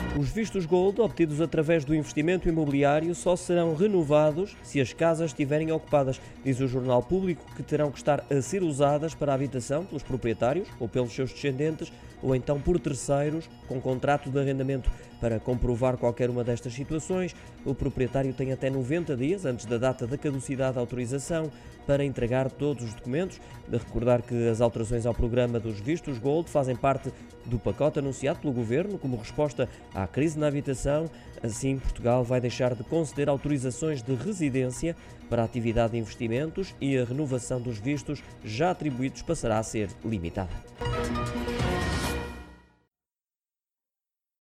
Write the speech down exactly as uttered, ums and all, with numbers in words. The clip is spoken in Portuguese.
Os vistos Gold, obtidos através do investimento imobiliário, só serão renovados se as casas estiverem ocupadas. Diz o Jornal Público que terão que estar a ser usadas para a habitação pelos proprietários ou pelos seus descendentes, ou então por terceiros com contrato de arrendamento. Para comprovar qualquer uma destas situações, o proprietário tem até noventa dias antes da data da caducidade da autorização para entregar todos os documentos. De recordar que as alterações ao programa dos vistos Gold fazem parte do pacote anunciado pelo Governo como resposta à crise na habitação. Assim, Portugal vai deixar de conceder autorizações de residência para a atividade de investimentos e a renovação dos vistos já atribuídos passará a ser limitada.